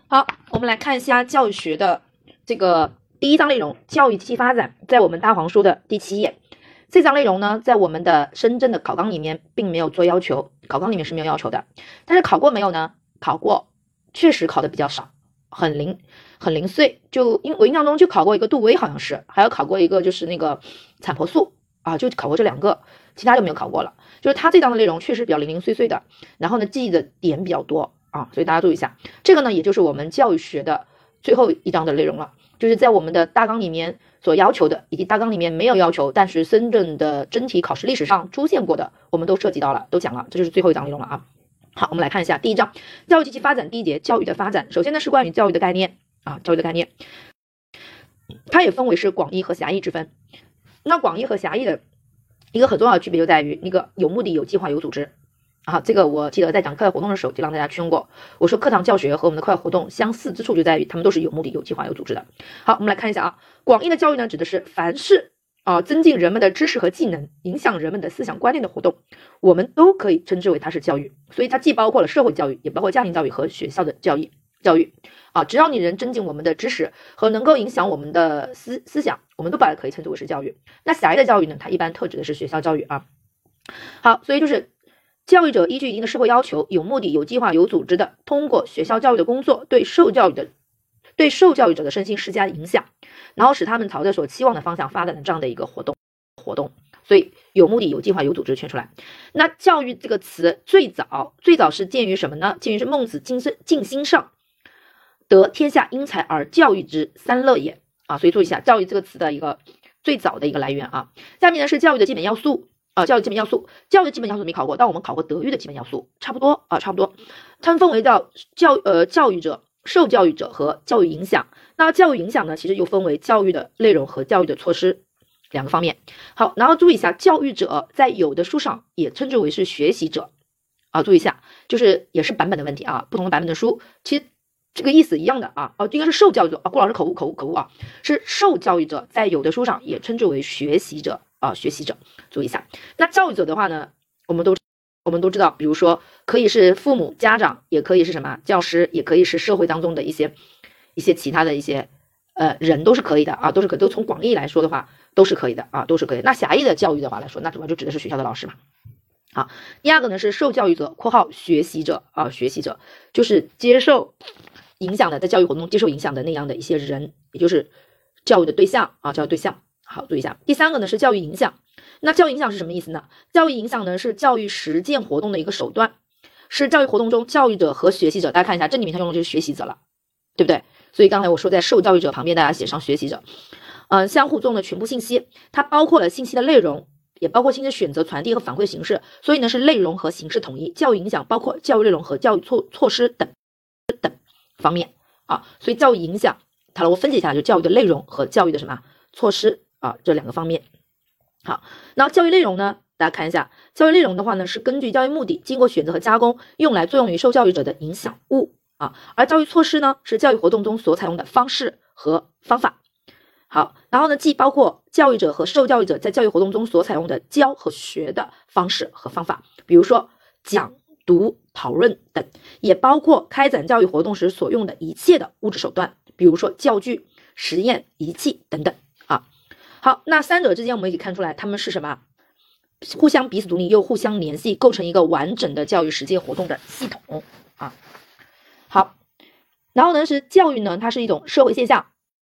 好，我们来看一下教育学的这个第一章内容，教育机器发展，在我们大黄书的第7页。这章内容呢，在我们的深圳的考纲里面并没有做要求，考纲里面是没有要求的。但是考过没有呢？考过，确实考的比较少，很零碎。我印象中就考过一个杜威，好像是，还有考过一个就是那个产婆素啊，就考过这2个，其他就没有考过了。就是它这章的内容确实比较零碎碎的，然后呢，记忆的点比较多。所以大家注意一下，这个呢，也就是我们教育学的最后一章的内容了，就是在我们的大纲里面所要求的，以及大纲里面没有要求，但是深圳的真题考试历史上出现过的，我们都涉及到了，都讲了，这就是最后一章内容了啊。好，我们来看一下第1章，教育机器发展第1节，教育的发展。首先呢，是关于教育的概念啊，教育的概念，它也分为是广义和狭义之分。那广义和狭义的一个很重要的区别就在于那个有目的、有计划、有组织。这个我记得在讲课外活动的时候就让大家去用过。我说课堂教学和我们的课外活动相似之处就在于他们都是有目的、有计划、有组织的。好，我们来看一下啊，广义的教育呢，指的是凡是增进人们的知识和技能，影响人们的思想观念的活动，我们都可以称之为它是教育。所以它既包括了社会教育，也包括家庭教育和学校的教育只要你能增进我们的知识和能够影响我们的思想，我们都把它可以称之为是教育。那狭义的教育呢，它一般特指的是学校教育啊。好，所以就是教育者依据一定的社会要求，有目的、有计划、有组织的，通过学校教育的工作，对受教育者的身心施加影响，然后使他们朝着所期望的方向发展的这样的一个活动。所以有目的、有计划、有组织圈出来。那教育这个词最早是见于什么呢？见于是孟子尽心上，得天下英才而教育之，三乐也所以注意一下教育这个词的一个最早的一个来源啊。下面呢是教育的基本要素。教育的基本要素没考过，但我们考过德育的基本要素，差不多。它们分为到教育者、受教育者和教育影响。那教育影响呢，其实又分为教育的内容和教育的措施2个方面。好，然后注意一下，教育者在有的书上也称之为是学习者注意一下，就是也是版本的问题不同的版本的书其实这个意思一样的应该是受教育者郭老师口误是受教育者在有的书上也称之为学习者学习者，注意一下。那教育者的话呢，我们都知道，比如说可以是父母、家长，也可以是什么教师，也可以是社会当中的一些其他的一些人都是可以的都是可以，都从广义来说的话都是可以的都是可以。那狭义的教育的话来说，那主要就指的是学校的老师嘛。好，第2个呢是受教育者（括号学习者学习者就是接受影响的，在教育活动中接受影响的那样的一些人，也就是教育的对象教育对象。好，注意一下。第3个呢是教育影响。那教育影响是什么意思呢？教育影响呢是教育实践活动的一个手段，是教育活动中教育者和学习者。大家看一下，这里面它用的就是学习者了，对不对？所以刚才我说在受教育者旁边大家写上学习者。相互作用的全部信息，它包括了信息的内容，也包括信息的选择、传递和反馈形式，所以呢是内容和形式统一。教育影响包括教育内容和教育措施等方面所以教育影响它我分解一下，就教育的内容和教育的什么措施这2个方面。好，那教育内容呢，大家看一下，教育内容的话呢，是根据教育目的经过选择和加工，用来作用于受教育者的影响物而教育措施呢，是教育活动中所采用的方式和方法。好，然后呢，既包括教育者和受教育者在教育活动中所采用的教和学的方式和方法，比如说讲、读、讨论等，也包括开展教育活动时所用的一切的物质手段，比如说教具、实验、仪器等等好，那3者之间我们可以看出来，他们是什么？互相彼此独立又互相联系，构成一个完整的教育实践活动的系统好，然后呢是教育呢，它是一种社会现象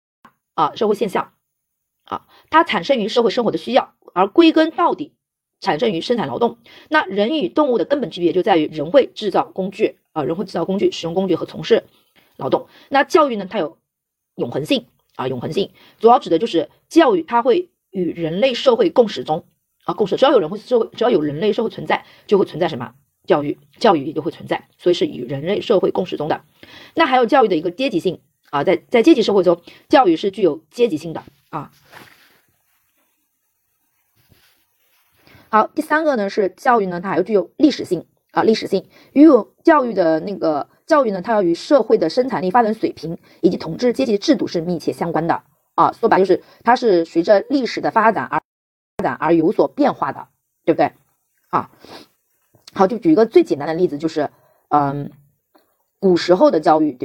它产生于社会生活的需要，而归根到底产生于生产劳动。那人与动物的根本区别就在于人会制造工具使用工具和从事劳动。那教育呢，它有永恒性主要指的就是教育它会与人类社会共识中共识，只要有人类社会存在，就会存在什么教育也就会存在，所以是与人类社会共识中的。那还有教育的一个阶级性在阶级社会中，教育是具有阶级性的好，第3个呢是教育呢，它还有具有历史性与教育的那个教育呢，它要与社会的生产力发展水平以及统治阶级制度是密切相关的说白就是它是随着历史的发展而有所变化的，对不对好，就举一个最简单的例子，就是古时候的教育，对吧？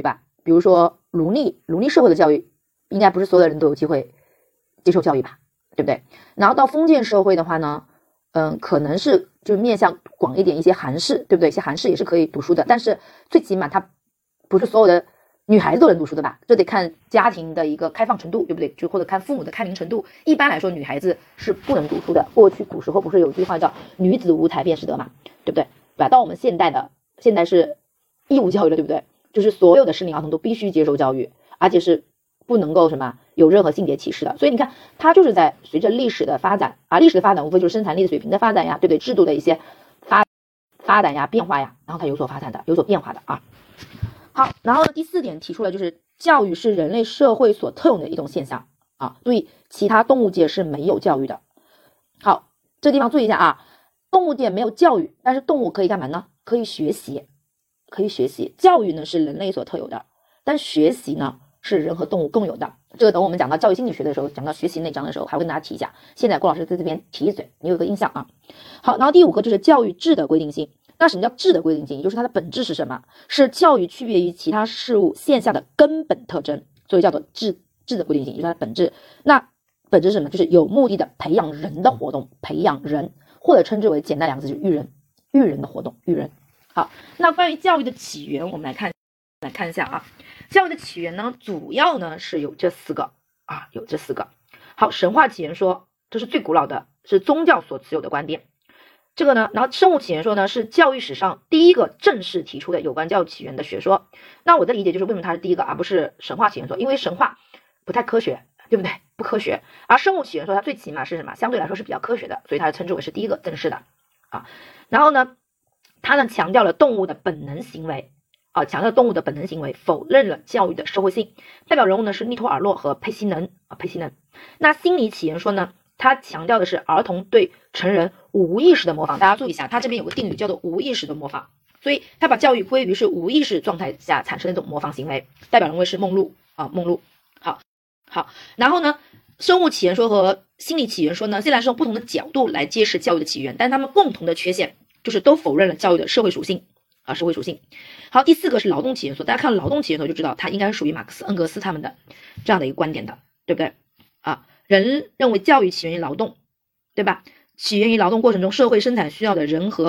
比如说奴隶社会的教育，应该不是所有的人都有机会接受教育吧，对不对？然后到封建社会的话呢，可能是就是面向广一点一些韩氏，对不对？一些韩氏也是可以读书的，但是最起码它不是所有的女孩子都能读书的吧？这得看家庭的一个开放程度，对不对？就或者看父母的开明程度。一般来说，女孩子是不能读书的。过去古时候不是有句话叫"女子无才便是德"嘛，对不对？到我们现代是义务教育了，对不对？就是所有的适龄儿童都必须接受教育，而且是不能够有任何性别歧视的。所以你看，它就是在随着历史的发展啊，历史的发展无非就是生产力水平的发展呀，对不对？制度的一些发展呀、变化呀，然后它有所发展的、有所变化的啊。好，然后第4点提出了就是教育是人类社会所特有的一种现象啊，注意其他动物界是没有教育的。好，这地方注意一下啊，动物界没有教育，但是动物可以干嘛呢？可以学习，教育呢是人类所特有的，但学习呢是人和动物共有的。这个等我们讲到教育心理学的时候，讲到学习那章的时候，还会跟大家提一下。现在郭老师在这边提一嘴，你有个印象啊。好，然后第5个就是教育质的规定性。那什么叫质的规定性？也就是它的本质是什么？是教育区别于其他事物现象的根本特征，所以叫做质的规定性，就是它的本质。那本质是什么？就是有目的的培养人的活动，培养人，或者称之为简单2个字，就是育人的活动，育人。好，那关于教育的起源，我们来看一下啊。教育的起源呢，主要呢是有这4个啊，有这4个。好，神话起源说，这是最古老的，是宗教所持有的观点。这个呢，然后生物起源说呢，是教育史上第一个正式提出的有关教育起源的学说。那我的理解就是，为什么它是第一个，而不是神话起源说？因为神话不太科学，对不对？不科学。而生物起源说它最起码是什么？相对来说是比较科学的，所以它称之为是第一个正式的啊。然后呢，它呢强调了动物的本能行为啊，否认了教育的社会性。代表人物呢是利托尔洛和佩西能。那心理起源说呢，它强调的是儿童对成人无意识的模仿。大家注意一下，它这边有个定语叫做无意识的模仿，所以它把教育归于是无意识状态下产生的一种模仿行为。代表人物是梦露啊，梦露。好，然后呢，生物起源说和心理起源说呢，虽然是用不同的角度来揭示教育的起源，但他们共同的缺陷就是都否认了教育的社会属性。好，第4个是劳动起源说，大家看劳动起源说就知道它应该是属于马克思、恩格斯他们的这样的一个观点的，对不对啊？人认为教育起源于劳动，对吧？起源于劳动过程中社会生产需要的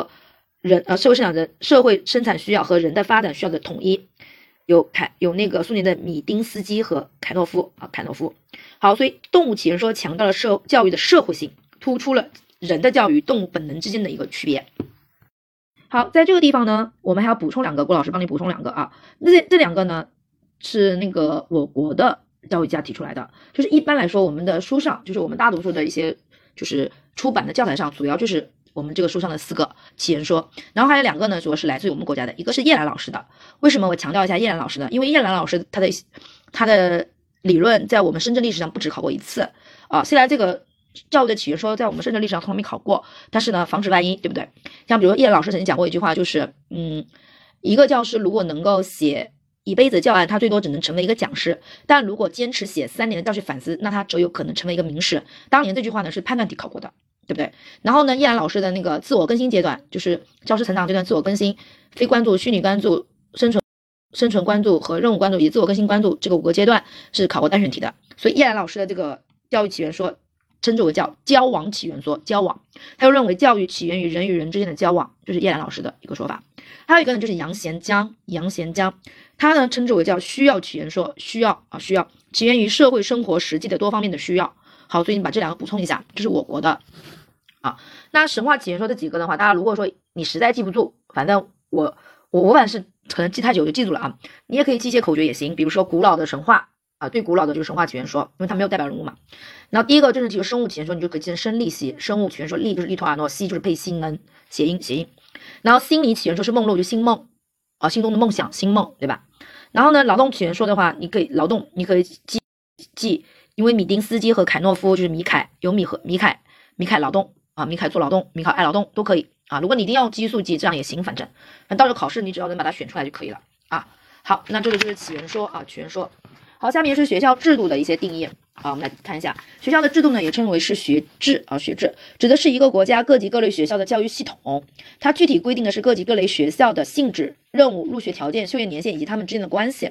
社会生产需要和人的发展需要的统一。有那个苏联的米丁斯基和凯诺夫。好，所以动物起源说强调了教育的社会性，突出了人的教育动物本能之间的一个区别。好，在这个地方呢，我们还要补充2个，郭老师帮你补充2个啊。这2个呢是那个我国的教育家提出来的，就是一般来说我们的书上，就是我们大多数的一些就是出版的教材上，主要就是我们这个书上的4个起源说。然后还有2个呢，主要是来自于我们国家的，一个是叶澜老师的。为什么我强调一下叶澜老师呢？因为叶澜老师他的理论在我们深圳历史上不止考过1次啊。虽然这个教育的起源说在我们深圳历史上从来没考过，但是呢，防止万一，对不对？像比如叶澜老师曾经讲过一句话，就是一个教师如果能够写一辈子的教案，他最多只能成为一个讲师，但如果坚持写3年的教学反思，那他则有可能成为一个名师。当年这句话呢是判断题考过的，对不对？然后呢，叶澜老师的那个自我更新阶段，就是教师成长阶段自我更新、非关注、虚拟关注、生存关注和任务关注以及自我更新关注这个5个阶段是考过单选题的。所以叶澜老师的这个教育起源说称之为叫交往起源说，他又认为教育起源于人与人之间的交往，就是叶澜老师的一个说法。还有一个呢就是杨贤江，他呢称之为叫需要起源说，需要起源于社会生活实际的多方面的需要。好，所以你把这2个补充一下，这是我国的啊。那神话起源说这几个的话，大家如果说你实在记不住，反正我反正是可能记太久就记住了啊，你也可以记一些口诀也行，比如说古老的神话啊，最古老的就是神话起源说，因为它没有代表人物嘛。然后第一个正式生物起源说，你就可以记成生利息，生物起源说，利就是利托尔诺，息就是佩西能，谐音。然后心理起源说是梦露，就心梦啊，心中的梦想，心梦，对吧？然后呢，劳动起源说的话，你可以记，因为米丁斯基和凯诺夫就是米凯，有米凯劳动啊，米凯做劳动，米凯爱劳动都可以啊。如果你一定要激素记，这样也行，反正到时候考试你只要能把它选出来就可以了啊。好，那这个就是起源说啊，起源说。好，下面是学校制度的一些定义啊，我们来看一下学校的制度呢，也称为是学制啊，学制指的是一个国家各级各类学校的教育系统，它具体规定的是各级各类学校的性质、任务、入学条件、就业年限以及他们之间的关系。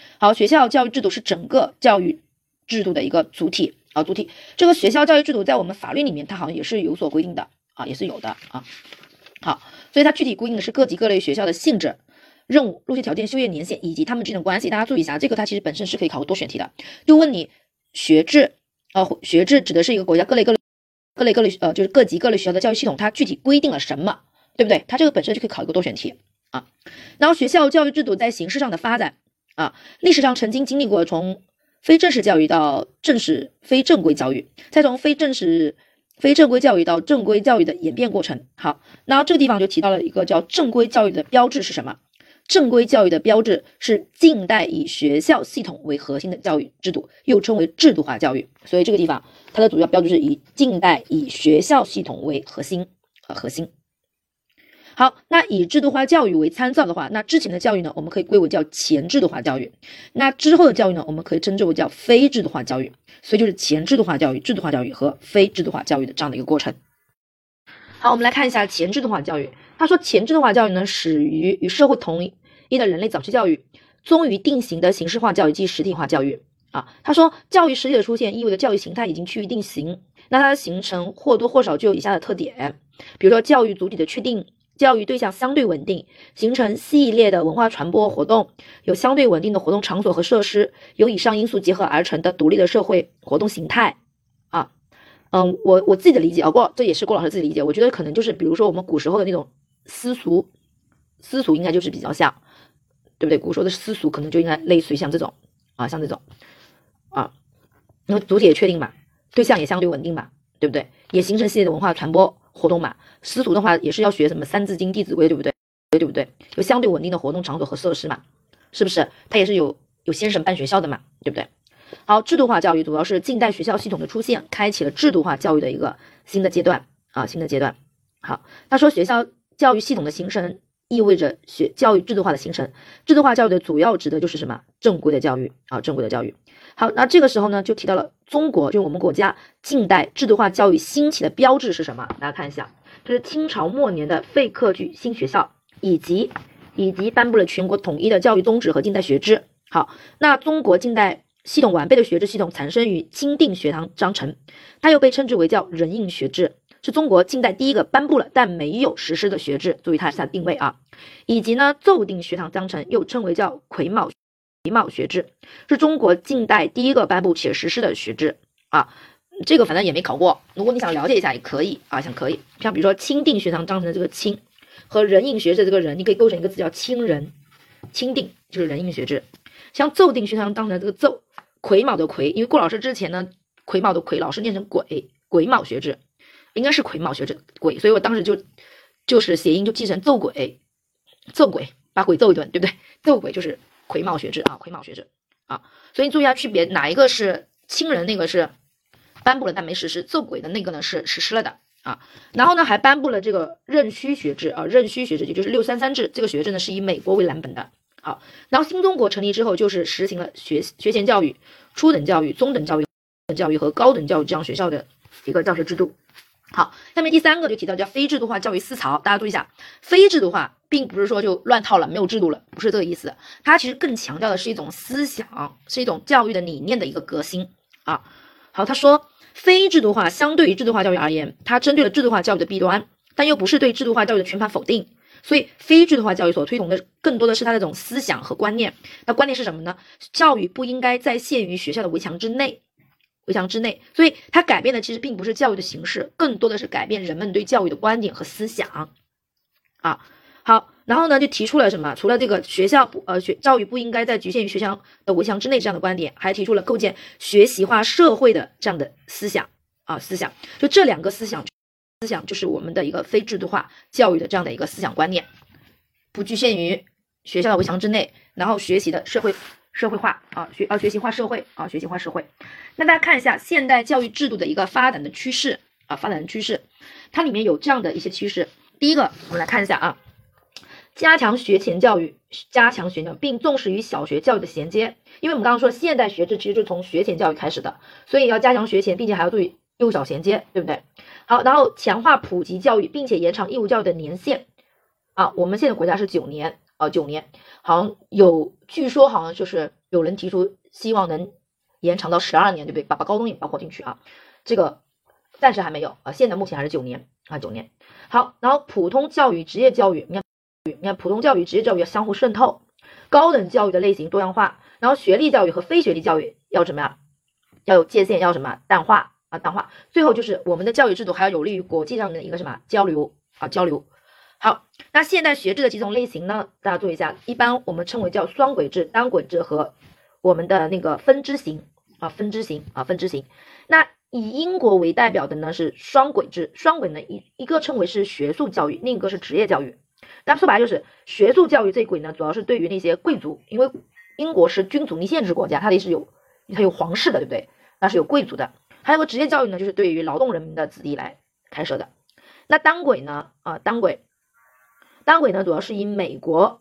好，学校教育制度是整个教育制度的一个主体啊，主体。这个学校教育制度在我们法律里面，它好像也是有所规定的啊，也是有的啊。好，所以它具体规定的是各级各类学校的性质、任务、录取条件、就业年限以及他们之间的关系。大家注意一下，这个它其实本身是可以考多选题的，就问你学制，学制指的是一个国家各类就是各级各类学校的教育系统，它具体规定了什么，对不对？它这个本身就可以考一个多选题啊。然后学校教育制度在形式上的发展啊，历史上曾经经历过从非正式教育到正式非正规教育，再从非正规教育到正规教育的演变过程。好，那这个地方就提到了一个叫正规教育的标志是什么？正规教育的标志是近代以学校系统为核心的教育制度，又称为制度化教育。所以这个地方它的主要标志是以近代以学校系统为核心。好，那以制度化教育为参照的话，那之前的教育呢，我们可以归为叫前制度化教育，那之后的教育呢，我们可以称之为叫非制度化教育。所以就是前制度化教育、制度化教育和非制度化教育的这样的一个过程。好，我们来看一下前制度化教育。他说前制度化教育呢，始于与社会同一的人类早期教育，终于定型的形式化教育及实体化教育啊。他说教育实体的出现意味着教育形态已经趋于定型，那它的形成或多或少就有以下的特点，比如说教育主体的确定，教育对象相对稳定，形成系列的文化传播活动，有相对稳定的活动场所和设施，由以上因素结合而成的独立的社会活动形态啊。我自己的理解这也是郭老师自己理解，我觉得可能就是比如说我们古时候的那种私塾应该就是比较像，对不对？古时候的私塾可能就应该类似于像这种啊，因为主体也确定嘛，对象也相对稳定嘛，对不对？也形成系列的文化传播活动嘛。私塾的话也是要学什么三字经、弟子规，对不对？有相对稳定的活动场所和设施嘛，是不是？它也是有先生办学校的嘛，对不对？好，制度化教育主要是近代学校系统的出现，开启了制度化教育的一个新的阶段。好，他说学校教育系统的形成意味着教育制度化的形成，制度化教育的主要指的就是什么？正规的教育啊，正规的教育。好，那这个时候呢，就提到了中国，就是我们国家近代制度化教育兴起的标志是什么？大家看一下，这是清朝末年的废课举新学校，以及颁布了全国统一的教育宗旨和近代学制。好，那中国近代系统完备的学制系统产生于钦定学堂章程，它又被称之为叫人应学制，是中国近代第一个颁布了但没有实施的学制，注意它的定位啊。以及呢奏定学堂章程又称为叫癸卯学制，是中国近代第一个颁布且实施的学制啊。这个反正也没考过，如果你想了解一下也可以啊，像比如说钦定学堂章程的这个钦和人应学制这个人，你可以构成一个字叫钦人，钦定就是人应学制。像奏定学堂章程的这个奏，癸卯的癸，因为顾老师之前呢癸卯的癸老师念成癸卯学制，应该是癸卯学制癸，所以我当时就是谐音就记成奏鬼，把鬼揍一顿，对不对？奏鬼就是癸卯学制啊，癸卯学制啊，所以注意下区别，哪一个是钦人，那个是颁布了但没实施，奏鬼的那个呢是实施了的啊。然后呢还颁布了这个壬戌学制啊，壬戌学制也就是633制，这个学制呢是以美国为蓝本的。好，然后新中国成立之后，就是实行了学前教育、初等教育、中等教育和高等教育这样学校的一个教学制度。好，下面第三个就提到叫非制度化教育思潮，大家注意一下，非制度化并不是说就乱套了，没有制度了，不是这个意思，它其实更强调的是一种思想，是一种教育的理念的一个革新啊。好，他说非制度化相对于制度化教育而言，它针对了制度化教育的弊端，但又不是对制度化教育的全盘否定。所以非制度化教育所推崇的更多的是它的这种思想和观念。那观念是什么呢？教育不应该再限于学校的围墙之内。所以它改变的其实并不是教育的形式，更多的是改变人们对教育的观点和思想啊。好，然后呢就提出了什么？除了这个教育不应该再局限于学校的围墙之内这样的观点，还提出了构建学习化社会的这样的思想啊。就这两个思想就是我们的一个非制度化教育的这样的一个思想观念，不局限于学校的围墙之内，然后学习的社会化啊，学习化社会啊，学习化社会。那大家看一下现代教育制度的一个发展的趋势，它里面有这样的一些趋势。第一个，我们来看一下啊，加强学前教育，并重视与小学教育的衔接。因为我们刚刚说现代学制其实就是从学前教育开始的，所以要加强学前，并且还要注意幼小衔接，对不对？好，然后强化普及教育，并且延长义务教育的年限啊。我们现在国家是9年，好像据说好像就是有人提出希望能延长到12年，对不对？把高中也包括进去啊，这个暂时还没有啊，现在目前还是9年啊，9年。好，然后普通教育、职业教育，你看普通教育、职业教育要相互渗透，高等教育的类型多样化，然后学历教育和非学历教育要什么呀？要有界限，要什么淡化啊，淡化。最后就是我们的教育制度还要有利于国际上的一个什么交流啊，交流。好，那现代学制的几种类型呢？大家注意一下，一般我们称为叫双轨制、单轨制和我们的那个分支型啊，分支型。那以英国为代表的呢是双轨制，双轨呢一个称为是学术教育，另一个是职业教育。那说白了就是学术教育这一轨呢，主要是对于那些贵族，因为英国是君主立宪制国家，它有皇室的，对不对？那是有贵族的。还有个职业教育呢，就是对于劳动人民的子弟来开设的。那单轨呢？单轨呢，主要是以美国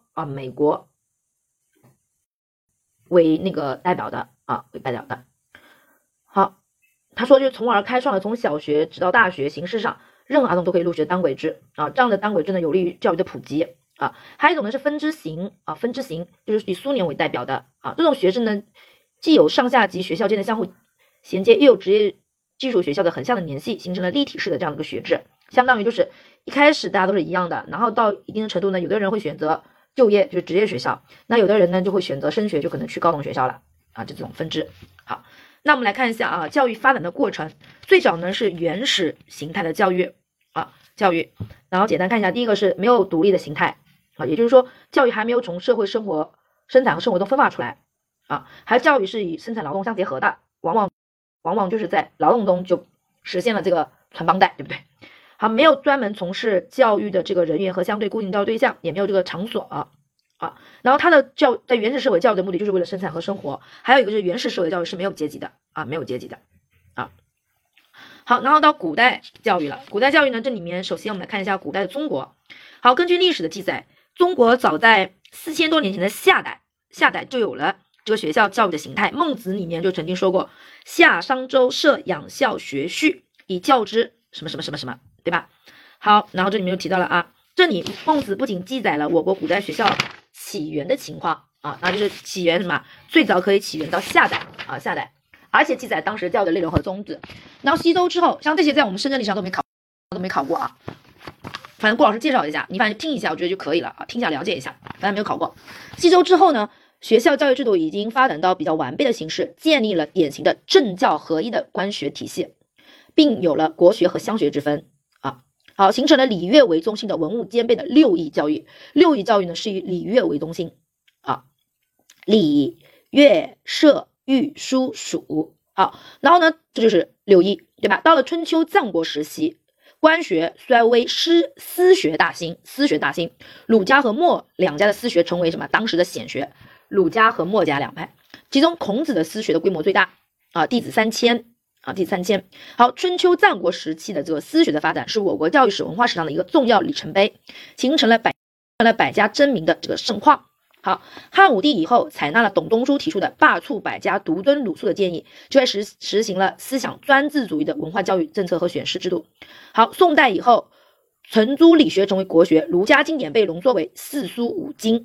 为那个代表的啊，为代表的。好，他说就是从而开创了从小学直到大学，形式上任何儿童都可以入学单轨制啊，这样的单轨制呢有利于教育的普及啊。还有一种呢是分支型啊，分支型就是以苏联为代表的啊，这种学制呢既有上下级学校间的相互衔接，又有职业技术学校的横向的联系，形成了立体式的这样的一个学制。相当于就是一开始大家都是一样的，然后到一定的程度呢，有的人会选择就业，就是职业学校，那有的人呢就会选择升学，就可能去高等学校了啊，就这种分支。好，那我们来看一下啊，教育发展的过程，最早呢是原始形态的教育，然后简单看一下，第一个是没有独立的形态啊，也就是说教育还没有从社会生活、生产和生活中分化出来啊，还教育是与生产劳动相结合的，往往就是在劳动中就实现了这个传帮带，对不对？好，没有专门从事教育的这个人员和相对固定教育对象，也没有这个场所啊。然后它的在原始社会教育的目的就是为了生产和生活，还有一个就是原始社会教育是没有阶级的啊，没有阶级的啊。好，然后到古代教育了，古代教育呢，这里面首先我们来看一下古代的中国。好，根据历史的记载，中国早在4000多年前的夏代就有了这个学校教育的形态。孟子里面就曾经说过，夏商周设养校学序，以教之什么什么什么什么，对吧？好，然后这里面就提到了啊，这里孟子不仅记载了我国古代学校起源的情况啊，那就是起源什么，最早可以起源到夏代，而且记载当时教育的内容和宗旨。然后西周之后，像这些在我们深圳历史上都没考过啊，反正顾老师介绍一下，你反正听一下，我觉得就可以了啊，听一下了解一下，反正没有考过。西周之后呢，学校教育制度已经发展到比较完备的形式，建立了典型的政教合一的官学体系，并有了国学和乡学之分啊。好，形成了礼乐为中心的文物兼备的六艺教育。六艺教育呢是以礼乐为中心啊，礼乐射御书数。好，然后呢，这就是六艺，对吧？到了春秋战国时期，官学衰微，私学大兴。儒家和墨两家的私学成为什么？当时的显学。儒家和墨家两派，其中孔子的私学的规模最大啊，弟子3000。好，春秋战国时期的这个私学的发展是我国教育史文化史上的一个重要里程碑，形成了百家争鸣的这个盛况。好，汉武帝以后采纳了董仲舒提出的罢黜百家，独尊儒术的建议，就开始实行了思想专制主义的文化教育政策和选士制度。好，宋代以后，程朱理学成为国学，儒家经典被浓缩为四书五经。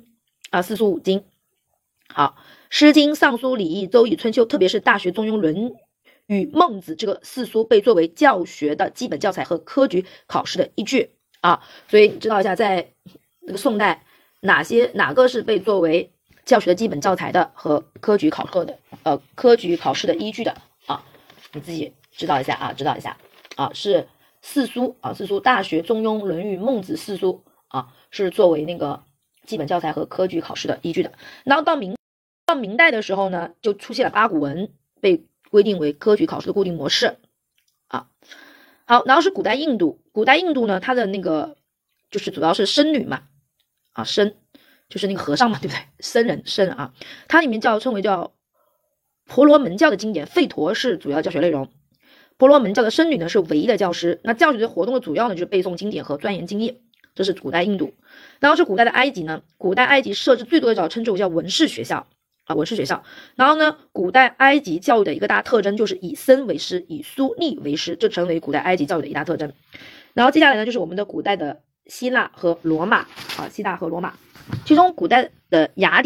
好，诗经、尚书、礼义、周易、春秋，特别是大学、中庸、论语、孟子这个四书被作为教学的基本教材和科举考试的依据啊。所以知道一下，在那个宋代哪个是被作为教学的基本教材的和科举考试的依据的啊？你自己知道一下啊，是四书啊，大学、中庸、论语、孟子四书啊，是作为那个基本教材和科举考试的依据的。然后到明代的时候呢，就出现了八股文被规定为科举考试的固定模式啊。好，然后是古代印度呢，它的那个就是主要是僧侣嘛啊，僧就是那个和尚嘛，对不对？僧啊，它里面称为叫婆罗门教的经典，吠陀是主要教学内容。婆罗门教的僧侣呢是唯一的教师，那教学的活动的主要呢就是背诵经典和钻研经义，这是古代印度。然后是古代的埃及呢，古代埃及设置最多的称之为叫文士学校。然后呢，古代埃及教育的一个大特征就是以僧为师，以书吏为师，这成为古代埃及教育的一大特征。然后接下来呢，就是我们的古代的希腊和罗马，其中古代的雅典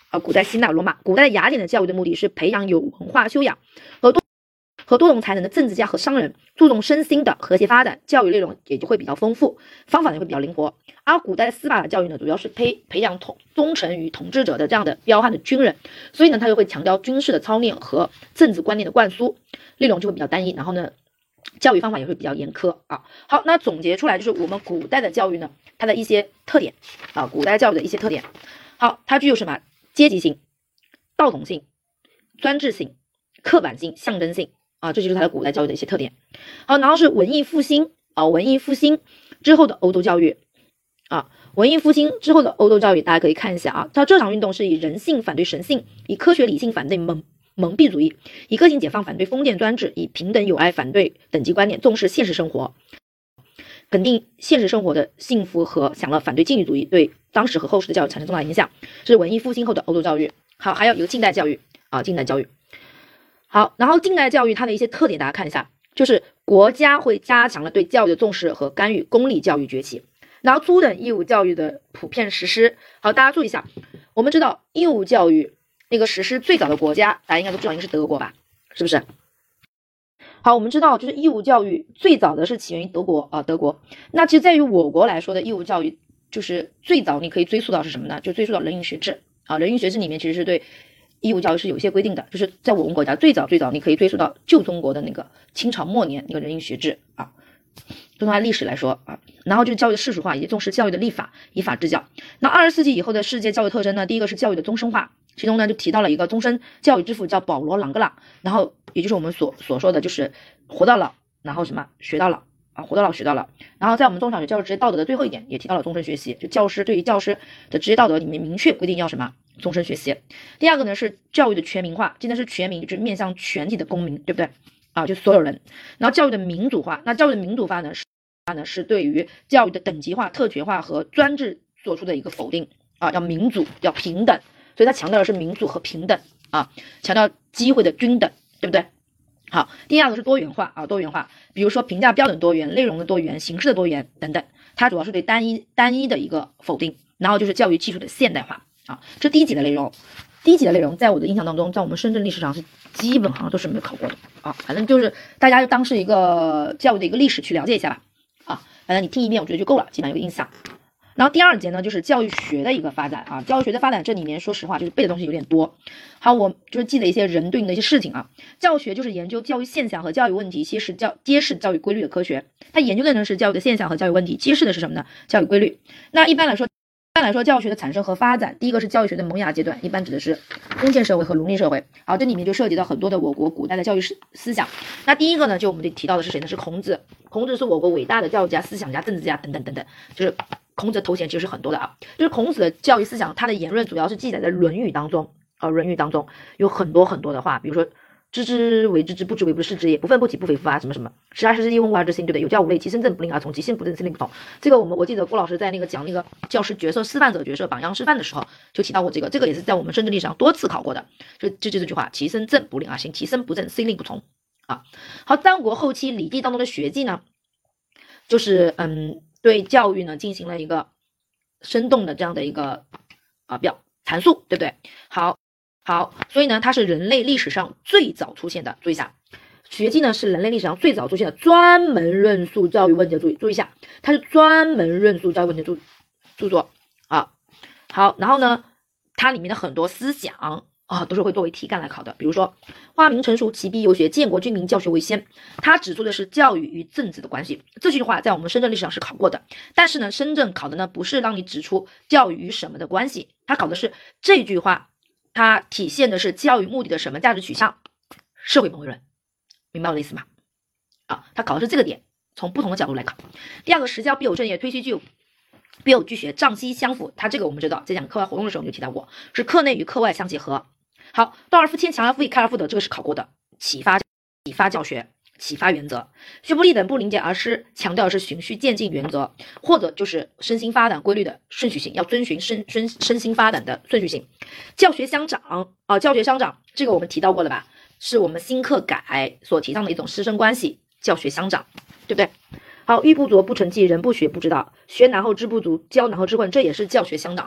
古代希腊、罗马、古代的雅典的教育的目的是培养有文化修养和多种才能的政治家和商人，注重身心的和谐发展，教育内容也就会比较丰富，方法呢会比较灵活。而古代的斯巴达教育呢，主要是培养忠诚于统治者的这样的彪悍的军人，所以呢，他就会强调军事的操练和政治观念的灌输，内容就会比较单一，然后呢，教育方法也会比较严苛啊。好，那总结出来就是我们古代的教育呢，它的一些特点啊，古代教育的一些特点。好，它具有什么？阶级性、道统性、专制性、刻板性、象征性。这就是它的古代教育的一些特点。好，然后是文艺复兴文艺复兴之后的欧洲教育文艺复兴之后的欧洲教育，大家可以看一下它这场运动是以人性反对神性，以科学理性反对蒙蔽主义，以个性解放反对封建专制，以平等友爱反对等级观念，重视现实生活，肯定现实生活的幸福和享乐，反对禁欲主义，对当时和后世的教育产生重大影响，是文艺复兴后的欧洲教育。好，还有一个近代教育近代教育。好，然后近代教育它的一些特点，大家看一下，就是国家会加强了对教育的重视和干预，公立教育崛起，然后初等义务教育的普遍实施。好，大家注意一下，我们知道义务教育那个实施最早的国家，大家应该都知道，应该是德国吧，是不是？好，我们知道就是义务教育最早的是起源于德国德国。那其实在于我国来说的义务教育，就是最早你可以追溯到是什么呢？就追溯到人民学制人民学制里面其实是对义务教育是有一些规定的，就是在我们国家最早你可以追溯到旧中国的那个清朝末年那个人民学制从它历史来说然后就是教育的世俗化以及重视教育的立法，以法治教。那20世纪以后的世界教育特征呢，第一个是教育的终身化，其中呢就提到了一个终身教育之父叫保罗·朗格朗，然后也就是我们所说的就是活到老，然后什么学到老活到老学到老。然后在我们中小学教育职业道德的最后一点也提到了终身学习，就教师对于教师的职业道德里面明确规定要什么终身学习。第二个呢是教育的全民化，真的是全民，就是面向全体的公民，对不对就所有人。然后教育的民主化，那教育的民主化呢是对于教育的等级化、特权化和专制做出的一个否定要民主，要平等，所以它强调的是民主和平等强调机会的均等，对不对？好，第二个是多元化多元化，比如说评价标准多元、内容的多元、形式的多元等等，它主要是对单一的一个否定。然后就是教育技术的现代化这第一级的内容。第一级的内容在我的印象当中，在我们深圳历史上是基本好像都是没有考过的反正就是大家就当是一个教育的一个历史去了解一下吧反正你听一遍我觉得就够了，基本上有个印象。然后第二节呢就是教育学的一个发展教育学的发展这里面说实话就是背的东西有点多。好，我就是记了一些人对应的一些事情教学就是研究教育现象和教育问题，揭示教育规律的科学。它研究的呢是教育的现象和教育问题，揭示的是什么呢？教育规律。那一般来说教育学的产生和发展，第一个是教育学的萌芽阶段，一般指的是封建社会和奴隶社会好，这里面就涉及到很多的我国古代的教育思想。那第一个呢就我们提到的是谁呢？是孔子。孔子是我国伟大的教育家、思想家、政治家等等等等，就是孔子的头衔其实是很多的就是孔子的教育思想，他的言论主要是记载在论语当中论语当中有很多很多的话，比如说知之为知之，不知为不知，是之也，不愤不启，不非夫什么什么，时而时之，一问，无而知新，对不对？有教无类，其身正不令而从，其性不正，自令不从。这个我记得郭老师在那个讲那个教师角色、示范者角色、榜样示范的时候就提到过这个也是在我们深圳历史上多次考过的，就这句话，其身正不令而行，其身不正，虽令不从好，三国后期礼记当中的学记呢，就是对教育呢进行了一个生动的这样的一个阐述，对不对？好，所以呢它是人类历史上最早出现的，注意一下，学记呢是人类历史上最早出现的专门论述教育问题的注意一下，它是专门论述教育问题的著作好，然后呢它里面的很多思想都是会作为题干来考的，比如说花明成熟，其必有学，建国君民，教学为先。他指出的是教育与政治的关系，这句话在我们深圳历史上是考过的，但是呢深圳考的呢不是让你指出教育与什么的关系，他考的是这句话它体现的是教育目的的什么价值取向，社会本位论，明白我的意思吗？他考的是这个点，从不同的角度来考。第二个，实教必有正业，推虚必有据学，丈息相符，他这个我们知道在讲课外活动的时候我们就提到过，是课内与课外相结合。好，道而复迁，强而复义，开而复得，这个是考过的。启发教学，启发原则，学不立等，不临简而失，强调的是循序渐进原则，或者就是身心发展规律的顺序性，要遵循身心发展的顺序性。教学相长教学相长，这个我们提到过了吧？是我们新课改所提倡的一种师生关系，教学相长，对不对？好，玉不琢不成器，人不学不知道，学然后知不足，教然后知混，这也是教学相长。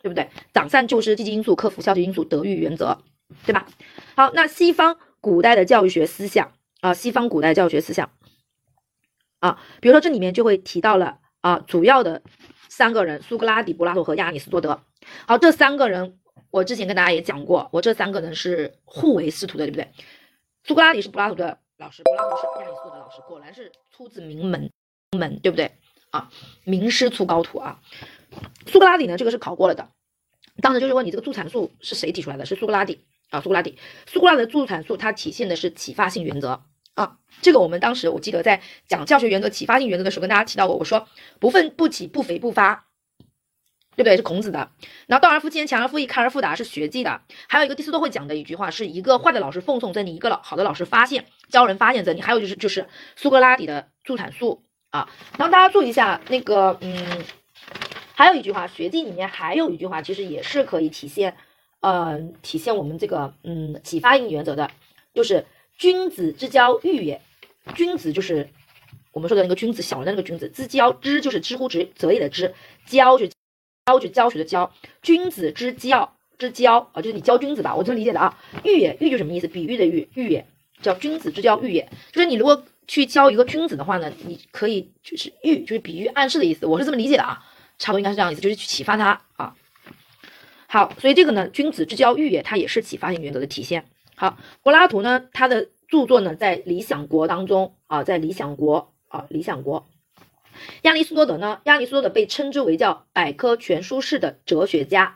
对不对？长善救失积极因素，克服消极因素，德育原则，对吧？好，那西方古代的教育学思想啊，西方古代教育学思想啊，比如说这里面就会提到了啊，主要的3个人，苏格拉底、柏拉图和亚里士多德。好，这3个人我之前跟大家也讲过，我这3个人是互为师徒的，对不对？苏格拉底是柏拉图的老师，柏拉图是亚里士多德老师，果然是出自名门，对不对啊？名师出高徒啊。苏格拉底呢，这个是考过了的，当时就是问你这个助产素是谁提出来的？是苏格拉底啊，苏格拉底的助产素它体现的是启发性原则啊。这个我们当时我记得在讲教学原则、启发性原则的时候跟大家提到过，我说不愤不启，不肥不发，对不对？是孔子的。然后道而复谦，强而复义，开而复达是学记的。还有一个第4都会讲的一句话，是一个坏的老师奉送真理，一个好的老师教人发现真理。还有就是苏格拉底的助产素啊。然后大家注意一下那个还有一句话，学记里面还有一句话，其实也是可以体现我们这个启发性原则的，就是君子之交欲也。君子就是我们说的那个君子，小人的那个君子。之交，知就是知乎者也的知，交就教学的教。君子之交啊，就是你教君子吧，我这么理解的啊。欲也，欲就什么意思？比喻的欲也，叫君子之交欲也。就是你如果去教一个君子的话呢，你可以就是喻，就是比喻暗示的意思，我是这么理解的啊。差不多应该是这样意思，就是去启发他啊。好，所以这个呢，君子之交欲也，它也是启发性原则的体现。好，柏拉图呢，他的著作呢，在《理想国》当中啊，在《理想国》。亚里士多德呢，亚里士多德被称之为叫百科全书式的哲学家，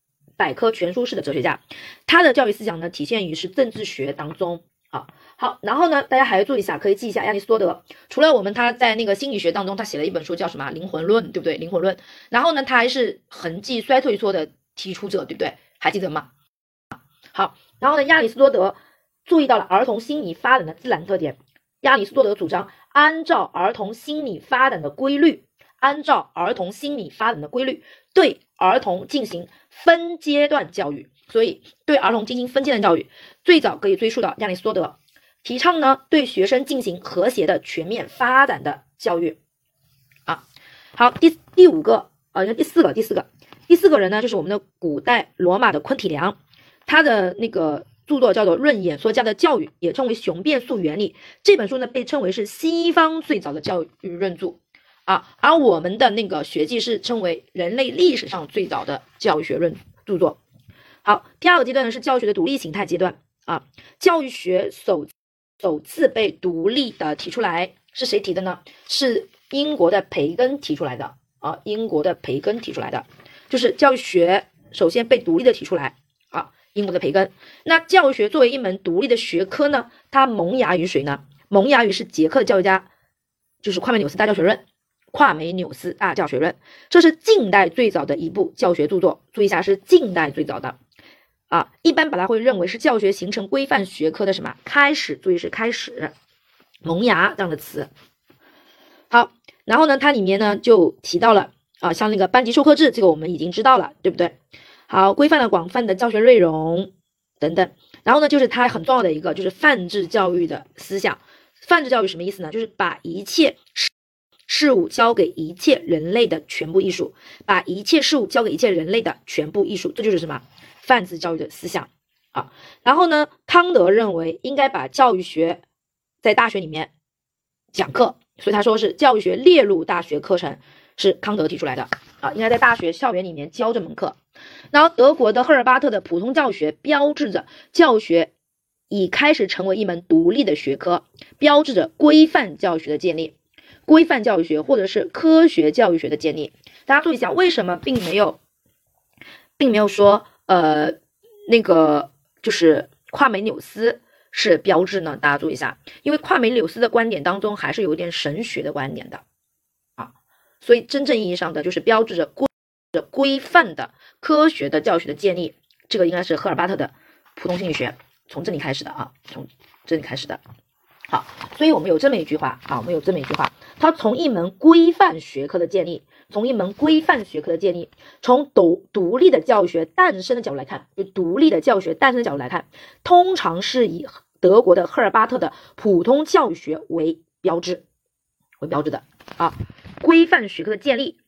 他的教育思想呢，体现于是政治学当中啊。好，然后呢，大家还要注意一下，可以记一下亚里士多德。除了他在那个心理学当中，他写了一本书叫什么《灵魂论》，对不对？灵魂论。然后呢，他还是痕迹衰退说的提出者，对不对？还记得吗？好，然后呢，亚里士多德注意到了儿童心理发展的自然特点。亚里士多德主张按照儿童心理发展的规律，对儿童进行分阶段教育。所以对儿童进行分阶段教育，最早可以追溯到亚里士多德。提倡呢，对学生进行和谐的全面发展的教育啊。好，第四个人呢，就是我们的古代罗马的昆体良，他的那个著作叫做《论演说家的教育》，也称为《雄辩述原理》。这本书呢，被称为是西方最早的教育论著啊，而我们的那个学记是称为人类历史上最早的教育学论著作。好，第2个阶段呢，是教育学的独立形态阶段啊。教育学首次被独立的提出来，是谁提的呢？是英国的培根提出来的啊，就是教育学首先被独立的提出来啊，英国的培根。那教育学作为一门独立的学科呢，它萌芽于谁呢？萌芽于是捷克的教育家，就是夸美纽斯大教学论。这是近代最早的一部教学著作，注意一下，是近代最早的啊，一般把它会认为是教学形成规范学科的什么开始，注意是开始，萌芽这样的词。好，然后呢，它里面呢就提到了啊，像那个班级授课制，这个我们已经知道了，对不对？好，规范了广泛的教学内容等等。然后呢，就是它很重要的一个就是泛制教育的思想。泛制教育什么意思呢？就是把一切事物交给一切人类的全部艺术，这就是什么？泛制教育的思想啊。然后呢，康德认为应该把教育学在大学里面讲课，所以他说是教育学列入大学课程，是康德提出来的啊，应该在大学校园里面教这门课。然后德国的赫尔巴特的普通教育学标志着教学已开始成为一门独立的学科，标志着规范教育学的建立，规范教育学或者是科学教育学的建立。大家注意一下，为什么并没有说那个就是夸美纽斯是标志呢？大家注意一下，因为夸美纽斯的观点当中还是有点神学的观点的啊，所以真正意义上的就是标志着规范的科学的教学的建立，这个应该是赫尔巴特的普通心理学从这里开始的啊，从这里开始的。好，所以我们有这么一句话啊，它从一门规范学科的建立，从独立的教学诞生的角度来看，通常是以德国的赫尔巴特的普通教育学为标志的啊。规范学科的建立，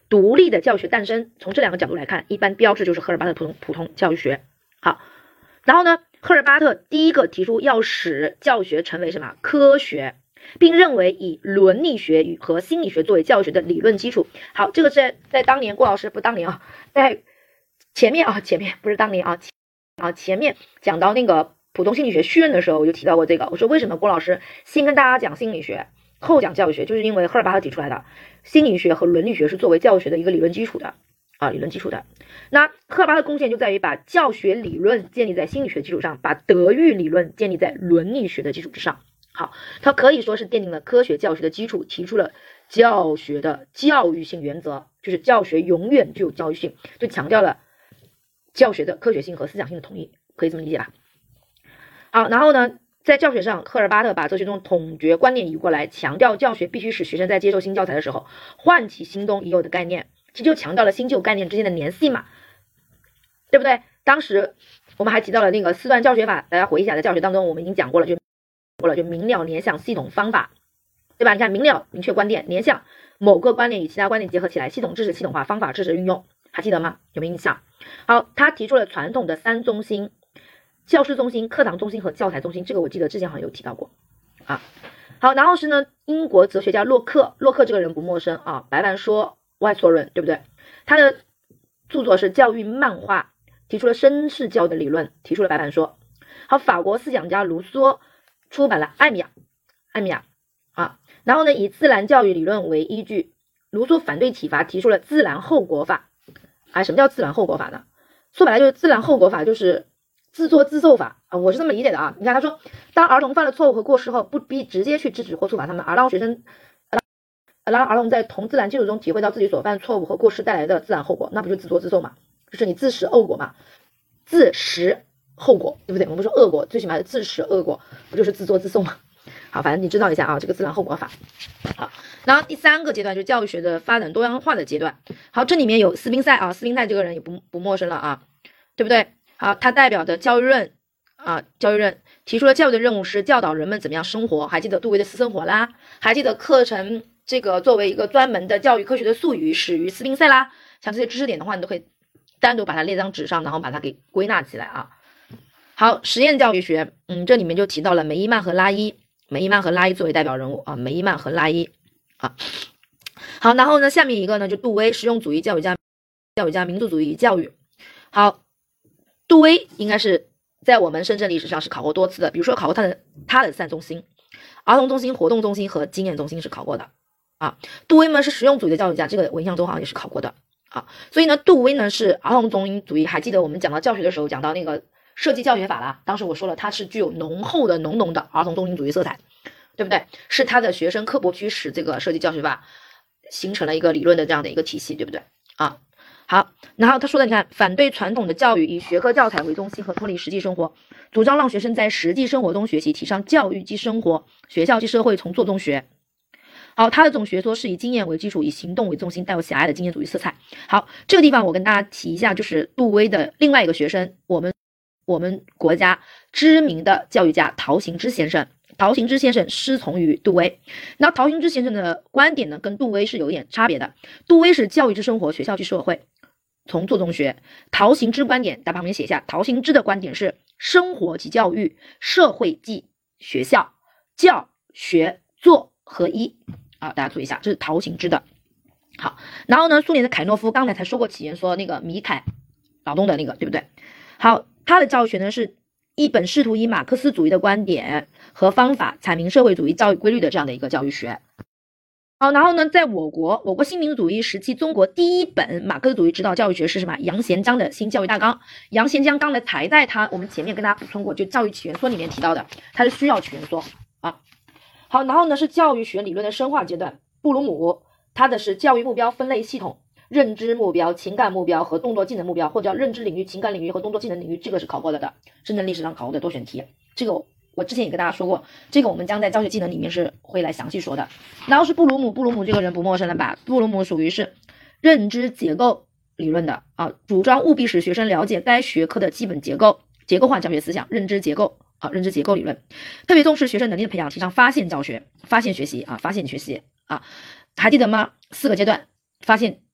独立的教育学诞生，从这两个角度来看，一般标志就是赫尔巴特普通教育学。好，然后呢，赫尔巴特第一个提出要使教学成为什么科学，并认为以伦理学和心理学作为教学的理论基础。好，这个是在当年郭老师不当年啊，在前面不是当年前面讲到那个普通心理学序论的时候，我就提到过这个。我说为什么郭老师先跟大家讲心理学，后讲教育学，就是因为赫尔巴特提出来的心理学和伦理学是作为教育学的一个理论基础的。那赫尔巴特贡献就在于把教学理论建立在心理学基础上，把德育理论建立在伦理学的基础之上。好，他可以说是奠定了科学教学的基础，提出了教学的教育性原则，就是教学永远具有教育性，就强调了教学的科学性和思想性的统一，可以这么理解吧？好，然后呢，在教学上，赫尔巴特把哲学中统觉观念移过来，强调教学必须使学生在接受新教材的时候唤起心中已有的概念，其实就强调了新旧概念之间的联系嘛，对不对？当时我们还提到了那个四段教学法，大家回忆一下，在教学当中我们已经讲过了，就明了、联想、系统、方法，对吧？你看明了明确观点，联想某个观点与其他观点结合起来，系统知识系统化，方法知识运用，还记得吗？有没有印象？好，他提出了传统的三中心：教师中心、课堂中心和教材中心，这个我记得之前好像有提到过啊。好，然后是呢，英国哲学家洛克这个人不陌生啊，白板说外错论，对不对？他的著作是《教育漫画》，提出了绅士教的理论，提出了白板说。好，法国思想家卢梭出版了《艾米亚》啊，然后呢，以自然教育理论为依据，卢梭反对体罚，提出了自然后果法。啊，什么叫自然后果法呢？说白了就是自然后果法就是自作自受法啊，我是这么理解的啊。你看他说，当儿童犯了错误和过失后，不必直接去制止或处罚他们，而让儿童在同自然基础中体会到自己所犯错误和过失带来的自然后果，那不就自作自受嘛？就是你自食恶果嘛，自食后果，对不对？我们说恶果，最起码是自食恶果，不就是自作自受嘛？好，反正你知道一下啊，这个自然后果法。好，然后第三个阶段就是教育学的发展多样化的阶段。好，这里面有斯宾塞啊，斯宾塞这个人也不陌生了啊，对不对？好，他代表的教育论提出了教育的任务是教导人们怎么样生活。还记得杜威的私生活啦？还记得课程这个作为一个专门的教育科学的术语始于斯宾塞啦？像这些知识点的话，你都可以单独把它列张纸上，然后把它给归纳起来啊。好，实验教育学，这里面就提到了梅伊曼和拉伊作为代表人物啊，梅伊曼和拉伊啊。好，然后呢，下面一个呢就杜威，实用主义教育家，民族主义教育。好，杜威应该是在我们深圳历史上是考过多次的，比如说考过他的三中心：儿童中心、活动中心和经验中心是考过的啊。杜威呢是实用主义的教育家，这个我印象中好像也是考过的啊。所以呢，杜威呢是儿童中心主义。还记得我们讲到教学的时候讲到那个设计教学法啦，当时我说了，它是具有浓浓的儿童中心主义色彩，对不对？是他的学生刻薄驱使这个设计教学法形成了一个理论的这样的一个体系，对不对啊？好，然后他说的，你看，反对传统的教育以学科教材为中心和脱离实际生活，主张让学生在实际生活中学习，提倡教育即生活，学校即社会，从做中学。好，他的这种学说是以经验为基础，以行动为中心，带有狭隘的经验主义色彩。好，这个地方我跟大家提一下，就是杜威的另外一个学生，我们国家知名的教育家陶行知先生。陶行知先生师从于杜威，那陶行知先生的观点呢，跟杜威是有点差别的。杜威是教育之生活，学校即社会，从做中学。陶行知观点，在旁边写一下，陶行知的观点是生活即教育，社会即学校，教学做合一啊，大家注意一下，这是陶行知的。好，然后呢，苏联的凯诺夫刚才才说过起源，说那个米凯劳动的那个，对不对？好，他的教育学呢是一本试图以马克思主义的观点和方法阐明社会主义教育规律的这样的一个教育学。好，然后呢，在我国新民主主义时期，中国第一本马克思主义指导教育学是什么？杨贤章的新教育大纲。杨贤章刚才才在我们前面跟大家补充过，就教育起源说里面提到的，它是需要起源说啊。好，然后呢是教育学理论的深化阶段，布鲁姆他的是教育目标分类系统。认知目标、情感目标和动作技能目标，或者叫认知领域、情感领域和动作技能领域，这个是考过了的，深圳历史上考过的多选题。这个我之前也跟大家说过，这个我们将在教学技能里面是会来详细说的。然后是布鲁姆这个人不陌生了吧？布鲁姆属于是认知结构理论的啊，主张务必使学生了解该学科的基本结构化教学思想，认知结构理论，特别重视学生能力的培养，提倡发现教学、发现学习啊，还记得吗？4个阶段：发现、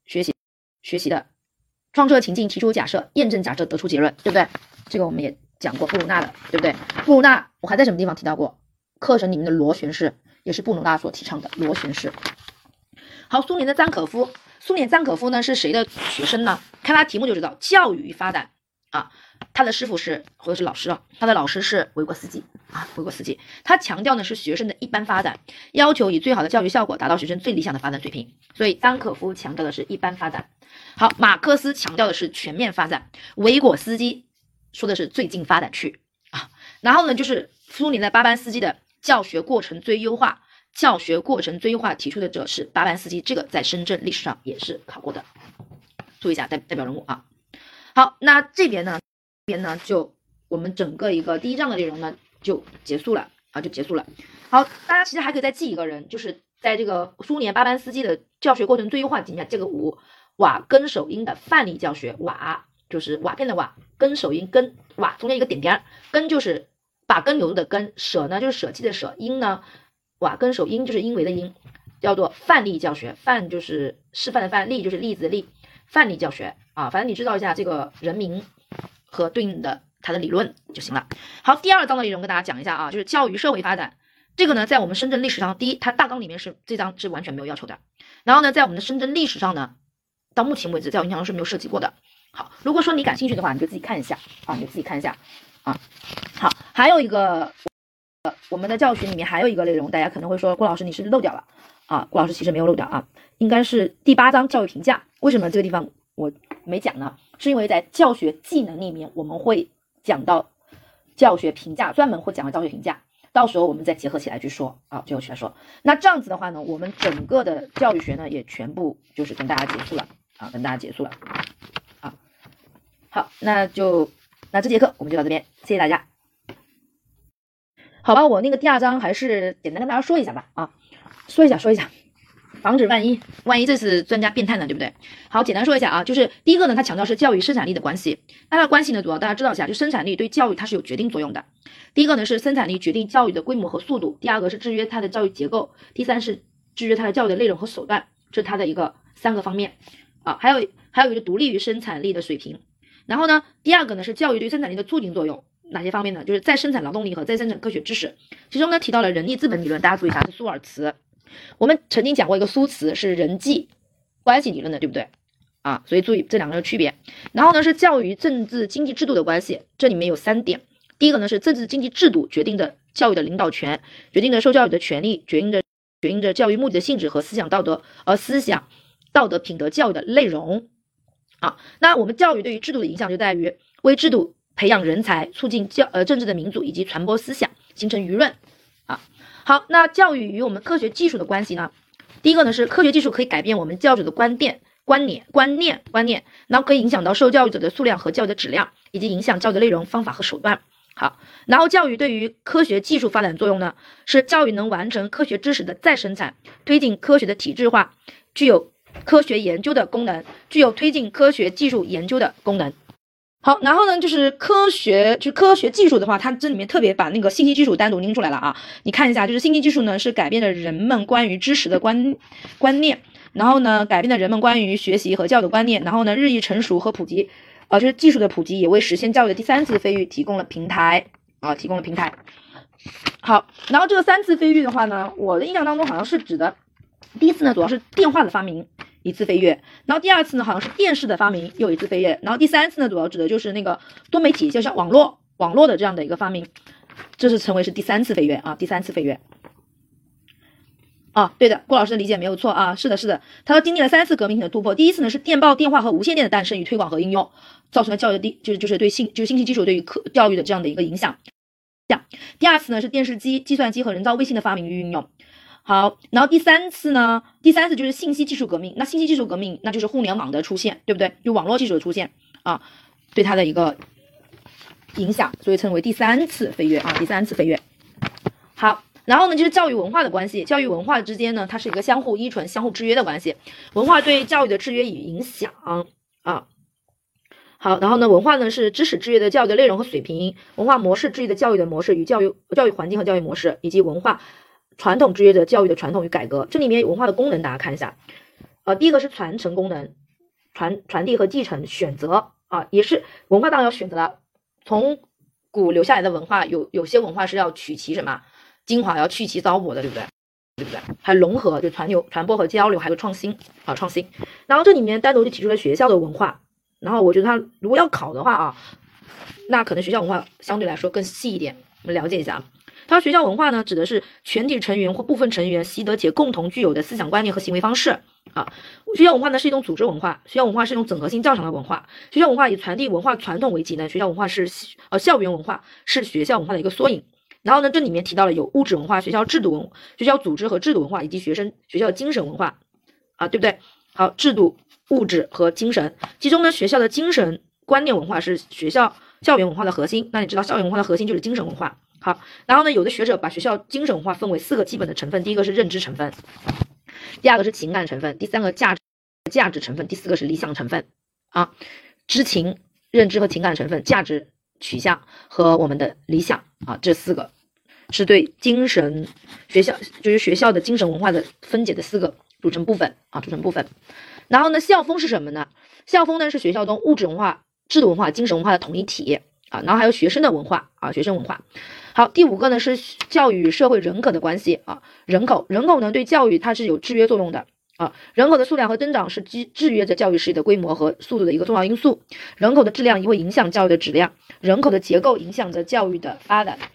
学习的，创设情境，提出假设，验证假设，得出结论，对不对？这个我们也讲过布鲁纳的，对不对？布鲁纳我还在什么地方提到过？课程里面的螺旋式也是布鲁纳所提倡的螺旋式。好，苏联的赞可夫，苏联赞可夫呢是谁的学生呢？看他题目就知道，教育与发展啊。他的师傅是或者是老师啊，他的老师是维果斯基啊，维果斯基。他强调呢是学生的一般发展，要求以最好的教育效果达到学生最理想的发展水平。所以赞可夫强调的是一般发展。好，马克思强调的是全面发展，维果斯基说的是最近发展区啊。然后呢，就是苏联的巴班斯基的教学过程最优化，教学过程最优化提出的者是巴班斯基，这个在深圳历史上也是考过的，注意一下代表人物啊。好，那这边呢就我们整个一个第一章的内容呢就结束了啊，就结束了。好，大家其实还可以再记一个人，就是在这个苏联巴班斯基的教学过程最优化底下，这个瓦根手音的范例教学，瓦就是瓦片的瓦，根手音根瓦中间一个点点，根就是把根留住的根，舍呢就是舍弃的舍，音呢瓦根手音就是因为的因，叫做范例教学，范就是示范的范，例就是例子例，范例教学啊，反正你知道一下这个人名和对应的它的理论就行了。好，第二章的内容跟大家讲一下啊，就是教育社会发展。这个呢，在我们深圳历史上，第一，它大纲里面是这章是完全没有要求的。然后呢，在我们的深圳历史上呢，到目前为止，在我印象中是没有涉及过的。好，如果说你感兴趣的话，你就自己看一下啊，啊。好，还有一个，我们的教学里面还有一个内容，大家可能会说郭老师你是不是漏掉了啊？郭老师其实没有漏掉啊，应该是第8章教育评价。为什么这个地方我没讲呢？是因为在教学技能里面我们会讲到教学评价，专门会讲到教学评价，到时候我们再结合起来去说啊，结合起来说。那这样子的话呢，我们整个的教育学呢也全部就是跟大家结束了啊，啊。好，那这节课我们就到这边，谢谢大家。好吧，我那个第2章还是简单跟大家说一下吧啊，说一下。防止万一这是专家变态呢，对不对？好，简单说一下啊，就是第一个呢，它强调是教育生产力的关系。那它的关系呢，主要大家知道一下，就生产力对教育它是有决定作用的。第一个呢是生产力决定教育的规模和速度，第二个是制约它的教育结构，第三是制约它的教育的内容和手段，这是它的一个3个方面啊。还有一个独立于生产力的水平。然后呢，第二个呢是教育对生产力的促进作用，哪些方面呢？就是再生产劳动力和再生产科学知识。其中呢提到了人力资本理论，大家注意一下是苏尔茨。我们曾经讲过一个苏词是人际关系理论的，对不对啊？所以注意这2个的区别。然后呢是教育政治经济制度的关系，这里面有3点。第一个呢是政治经济制度决定着教育的领导权，决定着受教育的权利，决定着教育目的的性质和思想道德品德教育的内容啊。那我们教育对于制度的影响就在于为制度培养人才，促进政治的民主以及传播思想，形成舆论啊。好，那教育与我们科学技术的关系呢？第一个呢是科学技术可以改变我们教育者的观念，然后可以影响到受教育者的数量和教育的质量，以及影响教育的内容、方法和手段。好，然后教育对于科学技术发展作用呢，是教育能完成科学知识的再生产，推进科学的体制化，具有科学研究的功能，具有推进科学技术研究的功能。好，然后呢，就是科学技术的话，它这里面特别把那个信息技术单独拎出来了啊。你看一下，就是信息技术呢是改变了人们关于知识的观念，然后呢改变了人们关于学习和教育的观念，然后呢日益成熟和普及，就是技术的普及也为实现教育的第3次飞跃提供了平台啊，好，然后这个3次飞跃的话呢，我的印象当中好像是指的第一次呢主要是电话的发明，1次飞跃，然后第2次呢好像是电视的发明，又1次飞跃，然后第3次呢主要指的就是那个多媒体，就像网络的这样的一个发明，这是称为是第3次飞跃啊，啊，对的，郭老师的理解没有错啊，是的，他说经历了3次革命性的突破。第一次呢是电报、电话和无线电的诞生与推广和应用，造成了教育的就是对信息技术对于教育的这样的一个影响。第2次呢是电视机、计算机和人造卫星的发明与运用。好，然后第三次就是信息技术革命。那信息技术革命那就是互联网的出现，对不对？就网络技术的出现啊，对它的一个影响，所以称为第3次飞跃啊，好。然后呢，就是教育文化的关系，教育文化之间呢，它是一个相互依存、相互制约的关系。文化对教育的制约与影响啊。好，然后呢，文化呢是知识制约的教育的内容和水平，文化模式制约的教育的模式与教育环境和教育模式，以及文化传统制约的教育的传统与改革。这里面文化的功能大家看一下第一个是传承功能，传递和继承，选择啊，也是文化当然要选择了。从古留下来的文化，有些文化是要取其什么精华，要去其糟粕的，对不对？还有融合，就传播和交流，还有创新啊，创新。然后这里面单独就提出了学校的文化，然后我觉得它如果要考的话啊，那可能学校文化相对来说更细一点，我们了解一下。它学校文化呢，指的是全体成员或部分成员习得且共同具有的思想观念和行为方式啊。学校文化呢是一种组织文化，学校文化是一种整合性较强的文化。学校文化以传递文化传统为己呢，学校文化是校园文化是学校文化的一个缩影。然后呢，这里面提到了有物质文化、学校制度文、学校组织和制度文化以及学校的精神文化啊，对不对？好，制度、物质和精神，其中呢，学校的精神观念文化是校园文化的核心。那你知道校园文化的核心就是精神文化。好，然后呢，有的学者把学校精神文化分为4个基本的成分，第一个是认知成分，第二个是情感成分，第三个价值成分，第4个是理想成分啊。知情、认知和情感成分、价值取向和我们的理想啊，这4个是对精神学校的精神文化的分解的4个组成部分啊，然后呢，校风是什么呢？校风呢是学校中物质文化、制度文化、精神文化的统一体啊，然后还有学生的文化啊，学生文化。好，第5个呢是教育与社会人口的关系啊，人口呢对教育它是有制约作用的啊，人口的数量和增长是制约着教育事业的规模和速度的一个重要因素，人口的质量也会影响教育的质量，人口的结构影响着教育的发展。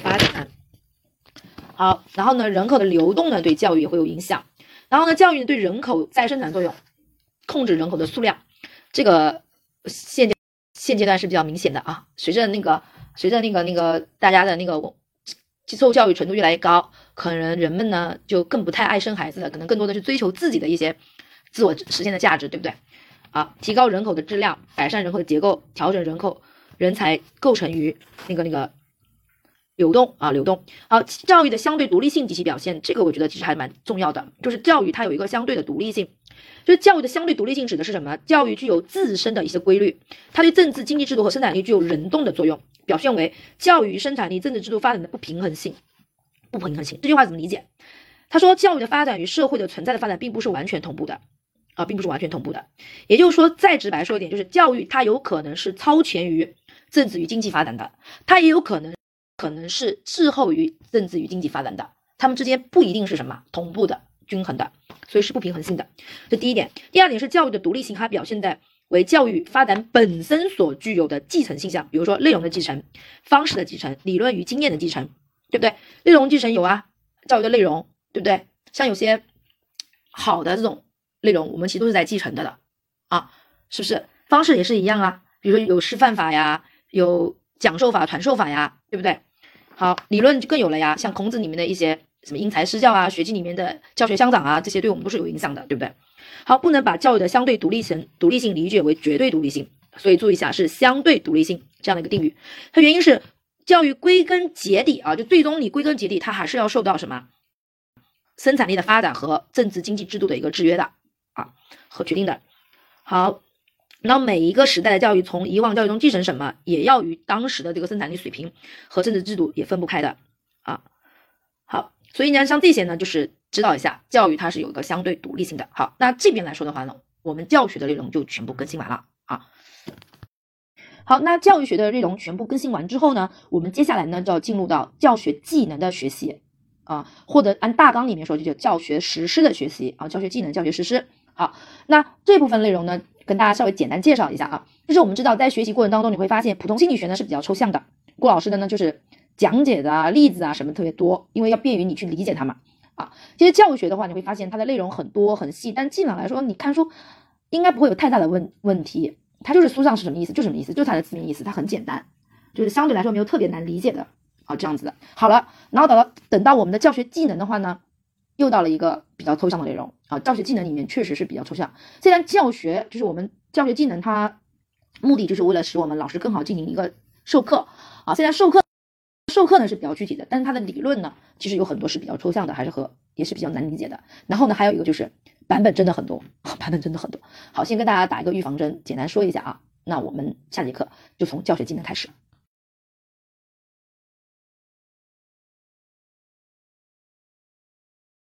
好，然后呢，人口的流动呢对教育也会有影响，然后呢，教育对人口再生产作用，控制人口的数量，这个现阶段是比较明显的啊。随着大家的接受教育程度越来越高，可能人们呢就更不太爱生孩子了，可能更多的是追求自己的一些自我实现的价值，对不对？啊，提高人口的质量，改善人口的结构，调整人口人才构成于流动。好，教育的相对独立性及其表现，这个我觉得其实还蛮重要的，就是教育它有一个相对的独立性。就是教育的相对独立性指的是什么？教育具有自身的一些规律，它对政治、经济制度和生产力具有联动的作用，表现为教育与生产力、政治制度发展的不平衡性。这句话怎么理解？他说，教育的发展与社会的存在的发展并不是完全同步的啊，也就是说，再直白说一点，就是教育它有可能是超前于政治与经济发展的，它也有可能是滞后于政治与经济发展的，它们之间不一定是什么同步的、均衡的，所以是不平衡性的。这第一点。第二点是教育的独立性，它表现在为教育发展本身所具有的继承现象，比如说内容的继承、方式的继承、理论与经验的继承，对不对？内容继承有啊，教育的内容，对不对？像有些好的这种内容，我们其实都是在继承的啊，是不是？方式也是一样啊，比如说有师范法呀，有讲授法、传授法呀，对不对？好，理论就更有了呀，像孔子里面的一些什么因材施教啊，学记里面的教学相长啊，这些对我们都是有影响的，对不对？好，不能把教育的相对独立性理解为绝对独立性，所以注意一下是相对独立性这样的一个定语。它原因是教育归根结底啊，就最终你归根结底，它还是要受到什么生产力的发展和政治经济制度的一个制约的啊和决定的。好。然后每一个时代的教育从以往教育中继承什么，也要与当时的这个生产力水平和政治制度也分不开的啊。好，所以呢，像这些呢，就是知道一下教育它是有一个相对独立性的。好，那这边来说的话呢，我们教学的内容就全部更新完了啊。好，那教育学的内容全部更新完之后呢，我们接下来呢就要进入到教学技能的学习啊，或者按大纲里面说就叫教学实施的学习啊，教学技能、教学实施。好，那这部分内容呢，跟大家稍微简单介绍一下啊。就是我们知道，在学习过程当中，你会发现普通心理学呢是比较抽象的，郭老师的呢就是讲解的啊、例子啊什么特别多，因为要便于你去理解它嘛。啊，其实教育学的话，你会发现它的内容很多很细，但基本上来说，你看书应该不会有太大的问题。它就是书上是什么意思就什么意思，就是它的字面意思，它很简单，就是相对来说没有特别难理解的啊，这样子的。好了，然后等到我们的教学技能的话呢，又到了一个比较抽象的内容啊，教学技能里面确实是比较抽象。虽然教学就是我们教学技能，它目的就是为了使我们老师更好进行一个授课啊。现在授课呢是比较具体的，但是它的理论呢，其实有很多是比较抽象的，也是比较难理解的。然后呢，还有一个就是版本真的很多。好，先跟大家打一个预防针，简单说一下啊。那我们下节课就从教学技能开始。